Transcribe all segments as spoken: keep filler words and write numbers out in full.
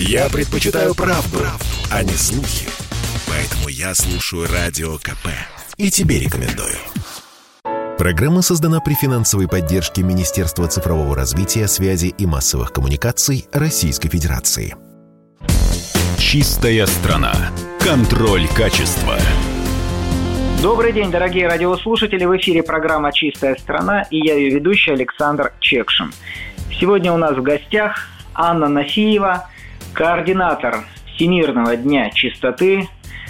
Я предпочитаю правду, правду, а не слухи. Поэтому я слушаю Радио КП. И тебе рекомендую. Программа создана при финансовой поддержке Министерства цифрового развития, связи и массовых коммуникаций Российской Федерации. Чистая страна. Контроль качества. Добрый день, дорогие радиослушатели. В эфире программа «Чистая страна» и я ее ведущий Александр Чекшин. Сегодня у нас в гостях Анна Нафиева, координатор Всемирного дня чистоты,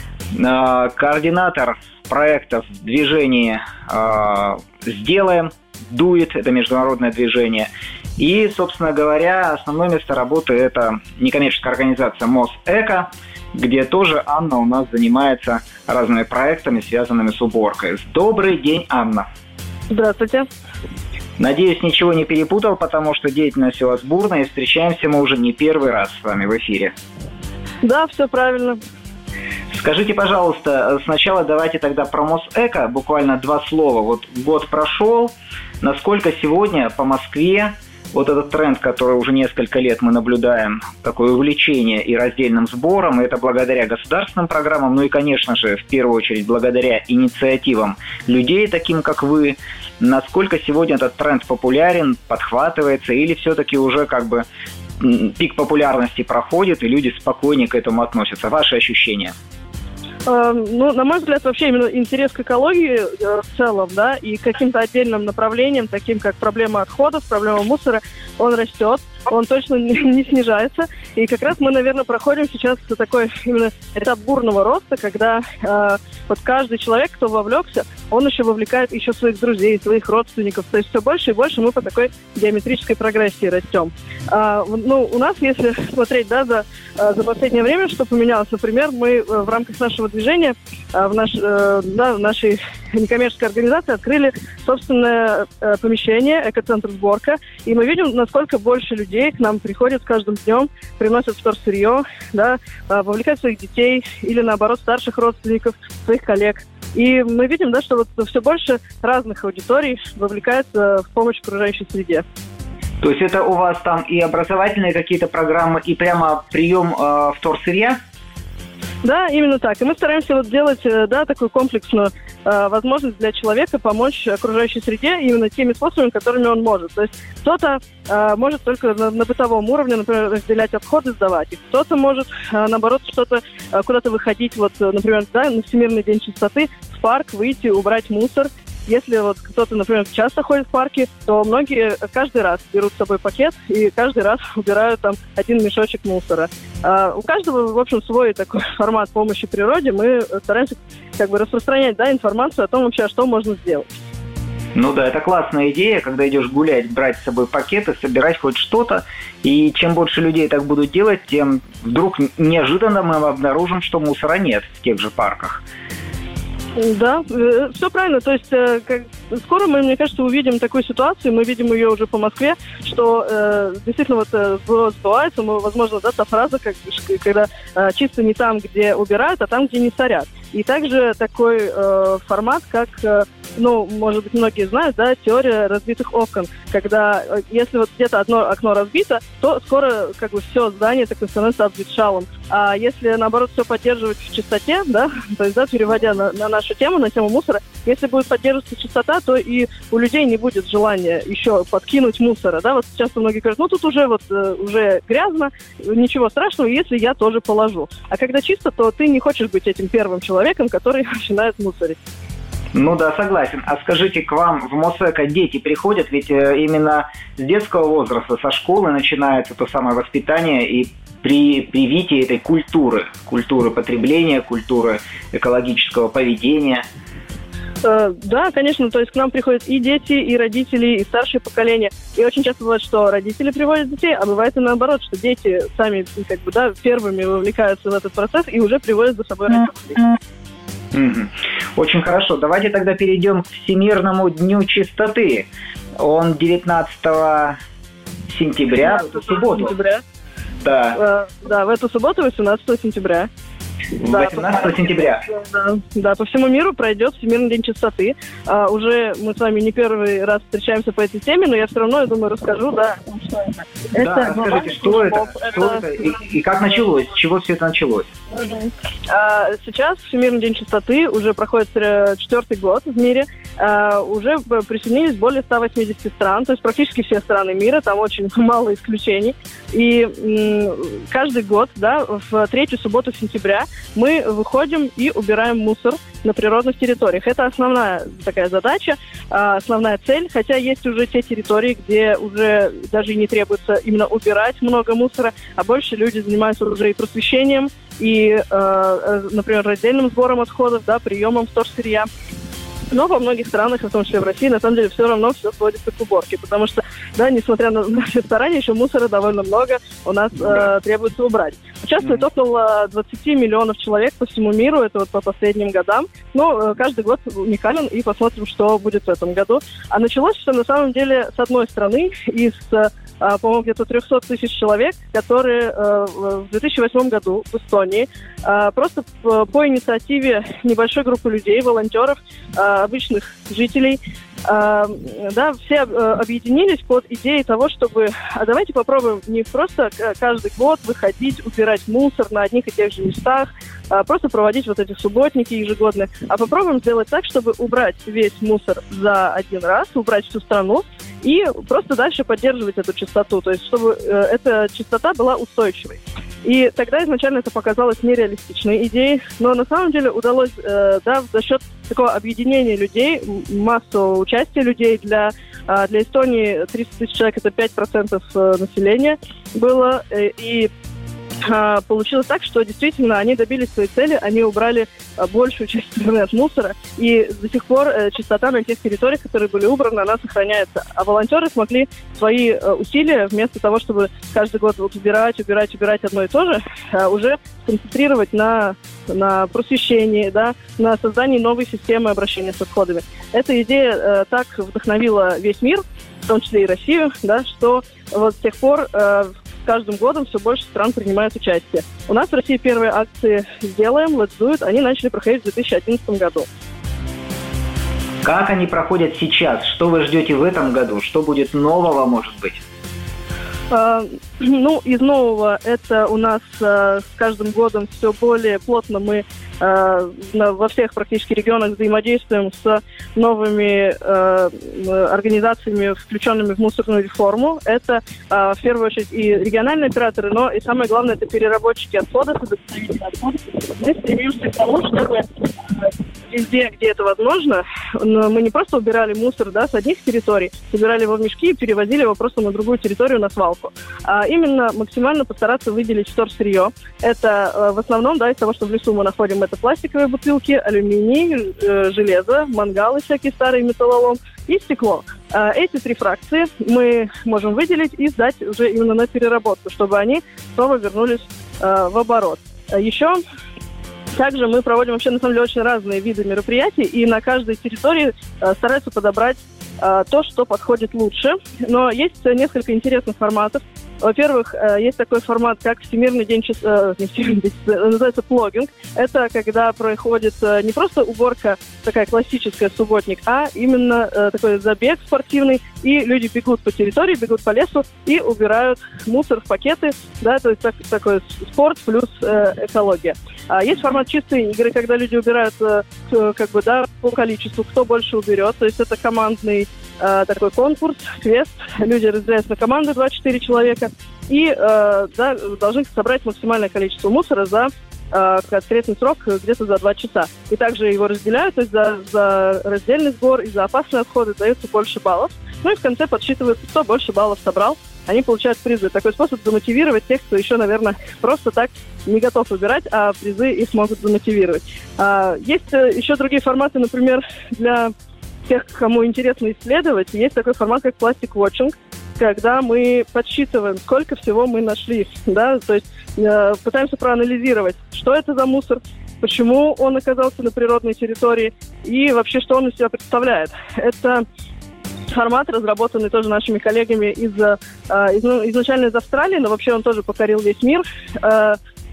координатор проектов движения «Сделаем», «Дует», это международное движение. И, собственно говоря, основное место работы – это некоммерческая организация МОСЭКО, где тоже Анна у нас занимается разными проектами, связанными с уборкой. Добрый день, Анна. Здравствуйте. Надеюсь, ничего не перепутал, потому что деятельность у вас бурная, и встречаемся мы уже не первый раз с вами в эфире. Да, все правильно. Скажите, пожалуйста, сначала давайте тогда про МОСЭКО, буквально два слова. Вот год прошел, насколько сегодня по Москве вот этот тренд, который уже несколько лет мы наблюдаем, такое увлечение и раздельным сбором, и это благодаря государственным программам, ну и, конечно же, в первую очередь, благодаря инициативам людей, таким как вы, насколько сегодня этот тренд популярен, подхватывается, или все-таки уже как бы пик популярности проходит, и люди спокойнее к этому относятся? Ваши ощущения? Ну, на мой взгляд, вообще именно интерес к экологии в целом, да, и каким-то отдельным направлением, таким как проблема отходов, проблема мусора, он растет, он точно не снижается. И как раз мы, наверное, проходим сейчас такой именно этап бурного роста, когда э, вот каждый человек, кто вовлекся, он еще вовлекает еще своих друзей, своих родственников. То есть все больше и больше мы по такой геометрической прогрессии растем. А, ну, у нас, если смотреть, да, за, за последнее время, что поменялось, например, мы в рамках нашего движения в, наш, да, в нашей некоммерческой организации открыли собственное помещение, экоцентр «Сборка», и мы видим, насколько больше людей к нам приходят с каждым днем, приносят вторсырье, да, вовлекают своих детей или, наоборот, старших родственников, своих коллег. И мы видим, да, что вот все больше разных аудиторий вовлекается в помощь окружающей среде. То есть это у вас там и образовательные какие-то программы, и прямо прием э, вторсырья? Да, именно так. И мы стараемся вот сделать, да, такую комплексную э, возможность для человека помочь окружающей среде именно теми способами, которыми он может. То есть кто-то э, может только на, на бытовом уровне, например, разделять отходы, сдавать их. Кто-то может, э, наоборот, что-то э, куда-то выходить, вот, например, да, на Всемирный день чистоты, в парк выйти, убрать мусор. Если вот кто-то, например, часто ходит в парки, то многие каждый раз берут с собой пакет и каждый раз убирают там один мешочек мусора. А у каждого, в общем, свой такой формат помощи природе. Мы стараемся как бы распространять, да, информацию о том вообще, что можно сделать. Ну да, это классная идея, когда идешь гулять, брать с собой пакеты, собирать хоть что-то. И чем больше людей так будут делать, тем вдруг неожиданно мы обнаружим, что мусора нет в тех же парках. Да, все правильно. То есть э, как, скоро мы, мне кажется, увидим такую ситуацию, мы видим ее уже по Москве, что э, действительно вот э, сбывается, ну, возможно, да, та фраза, как, когда э, чисто не там, где убирают, а там, где не сорят. И также такой э, формат, как, э, ну, может быть, многие знают, да, теория разбитых окон, когда э, если вот где-то одно окно разбито, то скоро как бы все здание такое становится обветшалым. А если, наоборот, все поддерживать в чистоте, да, то есть, да, переводя на, на нашу тему, на тему мусора, если будет поддерживаться чистота, то и у людей не будет желания еще подкинуть мусора, да, вот часто многие говорят, ну, тут уже вот, э, уже грязно, ничего страшного, если я тоже положу. А когда чисто, то ты не хочешь быть этим первым человеком, который начинает мусорить. Ну да, согласен. А скажите, к вам в МОСЭКО дети приходят? Ведь именно с детского возраста, со школы начинается то самое воспитание и при привитие этой культуры, культуры потребления, культуры экологического поведения. Да, конечно, то есть к нам приходят и дети, и родители, и старшее поколение. И очень часто бывает, что родители приводят детей, а бывает и наоборот, что дети сами как бы, да, первыми вовлекаются в этот процесс и уже приводят за собой родителей. Mm-hmm. Очень хорошо. Давайте тогда перейдем к Всемирному дню чистоты. Он девятнадцатого сентября, в эту субботу. Сентября. Да. Да, в эту субботу, восемнадцатого сентября. восемнадцатого сентября. Да, да, по всему миру пройдет Всемирный день чистоты. А, уже мы с вами не первый раз встречаемся по этой теме, но я все равно, я думаю, расскажу, да, что это. Да, это расскажите, что это, это, что это и, и как началось, с чего все это началось? А, сейчас Всемирный день чистоты уже проходит четвертый год в мире. А, уже присоединились более ста восьмидесяти стран, то есть практически все страны мира, там очень мало исключений. И м, каждый год, да, в третью субботу сентября мы выходим и убираем мусор на природных территориях. Это основная такая задача, основная цель, хотя есть уже те территории, где уже даже и не требуется именно убирать много мусора, а больше люди занимаются уже и просвещением, и, например, раздельным сбором отходов, да, приемом вторсырья. Но во многих странах, в том числе в России, на самом деле все равно все сводится к уборке, потому что, да, несмотря на наши старания, еще мусора довольно много у нас э, требуется убрать. Участвует mm-hmm. около двадцать миллионов человек по всему миру, это вот по последним годам. Но э, каждый год уникален, и посмотрим, что будет в этом году. А началось все на самом деле с одной страны, из, э, по-моему, где-то триста тысяч человек, которые э, в две тысячи восьмом году в Эстонии э, просто по, по инициативе небольшой группы людей, волонтеров, э, обычных жителей, э, да, все э, объединились под идеей того, чтобы, а давайте попробуем не просто каждый год выходить, убирать мусор на одних и тех же местах, а просто проводить вот эти субботники ежегодные, а попробуем сделать так, чтобы убрать весь мусор за один раз, убрать всю страну и просто дальше поддерживать эту чистоту, то есть чтобы э, эта чистота была устойчивой. И тогда изначально это показалось нереалистичной идеей, но на самом деле удалось, э, да, за счет такого объединения людей, массового участия людей. Для, э, для Эстонии триста тысяч человек – это пять процентов населения было, э, и э, получилось так, что действительно они добились своей цели, они убрали э, большую часть интернет-мусора, и до сих пор э, чистота на тех территориях, которые были убраны, она сохраняется. А волонтеры смогли свои э, усилия, вместо того, чтобы каждый год вот убирать, убирать, убирать одно и то же, э, уже концентрировать на, на просвещении, да, на создании новой системы обращения с отходами. Эта идея э, так вдохновила весь мир, в том числе и Россию, да, что вот с тех пор э, каждым годом все больше стран принимают участие. У нас в России первые акции «Сделаем», «Let's do it», они начали проходить в две тысячи одиннадцатом году. Как они проходят сейчас? Что вы ждете в этом году? Что будет нового, может быть? Uh, ну, из нового это у нас uh, с каждым годом все более плотно мы uh, на, во всех практически регионах взаимодействуем с новыми uh, организациями, включенными в мусорную реформу. Это uh, в первую очередь и региональные операторы, но и самое главное это переработчики отходов и доставители отходов. Мы стремимся к тому, чтобы везде, где это возможно, мы не просто убирали мусор, да, с одних территорий, собирали его в мешки и перевозили его просто на другую территорию, на свалку. А именно максимально постараться выделить вторсырье. Это в основном, да, из того, что в лесу мы находим, это пластиковые бутылки, алюминий, железо, мангалы всякие старые, металлолом и стекло. Эти три фракции мы можем выделить и сдать уже именно на переработку, чтобы они снова вернулись в оборот. Еще также мы проводим вообще, на самом деле, очень разные виды мероприятий, и на каждой территории э, стараются подобрать э, то, что подходит лучше. Но есть несколько интересных форматов. Во-первых, э, есть такой формат, как Всемирный день чистоты, э, не Всемирный день, называется плогинг. Это когда происходит э, не просто уборка такая классическая, субботник, а именно э, такой забег спортивный, и люди бегут по территории, бегут по лесу и убирают мусор в пакеты, да, то есть так, такой спорт плюс э, экология. А есть формат чистой игры, когда люди убирают э, как бы, да, по количеству, кто больше уберет, то есть это командный э, такой конкурс, квест, люди разделяются на команды, два-четыре человека, и э, да, должны собрать максимальное количество мусора за э, конкретный срок, где-то за два часа. И также его разделяют, то есть за, за раздельный сбор и за опасные отходы дается больше баллов. Ну и в конце подсчитывают, кто больше баллов собрал, они получают призы. Такой способ замотивировать тех, кто еще, наверное, просто так не готов выбирать, а призы их могут замотивировать. А, есть еще другие форматы, например, для тех, кому интересно исследовать, есть такой формат, как Plastic Watching, когда мы подсчитываем, сколько всего мы нашли, да, то есть э, пытаемся проанализировать, что это за мусор, почему он оказался на природной территории и вообще, что он из себя представляет. Это формат, разработанный тоже нашими коллегами из, из, изначально из Австралии, но вообще он тоже покорил весь мир.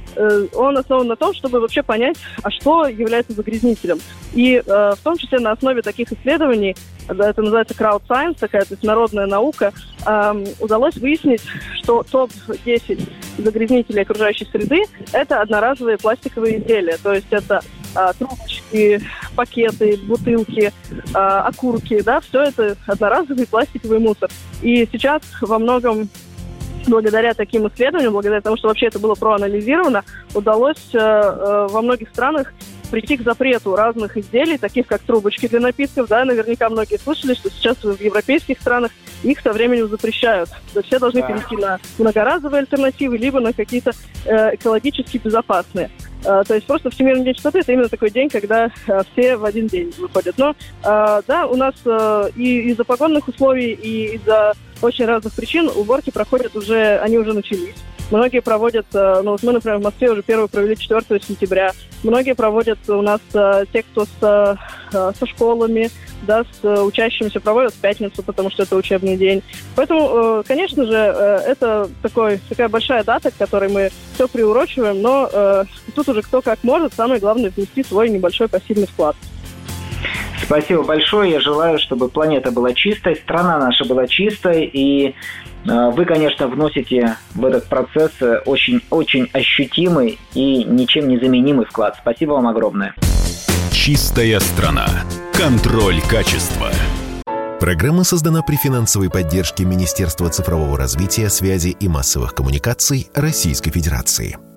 он основан на том, чтобы вообще понять, а что является загрязнителем. И в том числе на основе таких исследований, это называется crowd science, такая, то есть народная наука, удалось выяснить, что топ десять загрязнителей окружающей среды – это одноразовые пластиковые изделия. То есть это а, трубочки, пакеты, бутылки, а, окурки, да, все это одноразовый пластиковый мусор. И сейчас во многом благодаря таким исследованиям, благодаря тому, что вообще это было проанализировано, удалось э, э, во многих странах прийти к запрету разных изделий, таких как трубочки для напитков. Да, наверняка многие слышали, что сейчас в европейских странах их со временем запрещают. То есть все должны перейти на многоразовые альтернативы, либо на какие-то э, экологически безопасные. Э, то есть просто Всемирный день чистоты – это именно такой день, когда э, все в один день выходят. Но э, да, у нас э, и из-за погодных условий, и из-за очень разных причин уборки проходят уже, они уже начались. Многие проводят, ну вот мы, например, в Москве уже первую провели четвёртого сентября. Многие проводят у нас те, кто с, со школами, да, с учащимися, проводят в пятницу, потому что это учебный день. Поэтому, конечно же, это такой, такая большая дата, к которой мы все приурочиваем, но тут уже кто как может, самое главное внести свой небольшой пассивный вклад. Спасибо большое. Я желаю, чтобы планета была чистой, страна наша была чистой, и э, вы, конечно, вносите в этот процесс очень-очень ощутимый и ничем не заменимый вклад. Спасибо вам огромное. Чистая страна. Контроль качества. Программа создана при финансовой поддержке Министерства цифрового развития, связи и массовых коммуникаций Российской Федерации.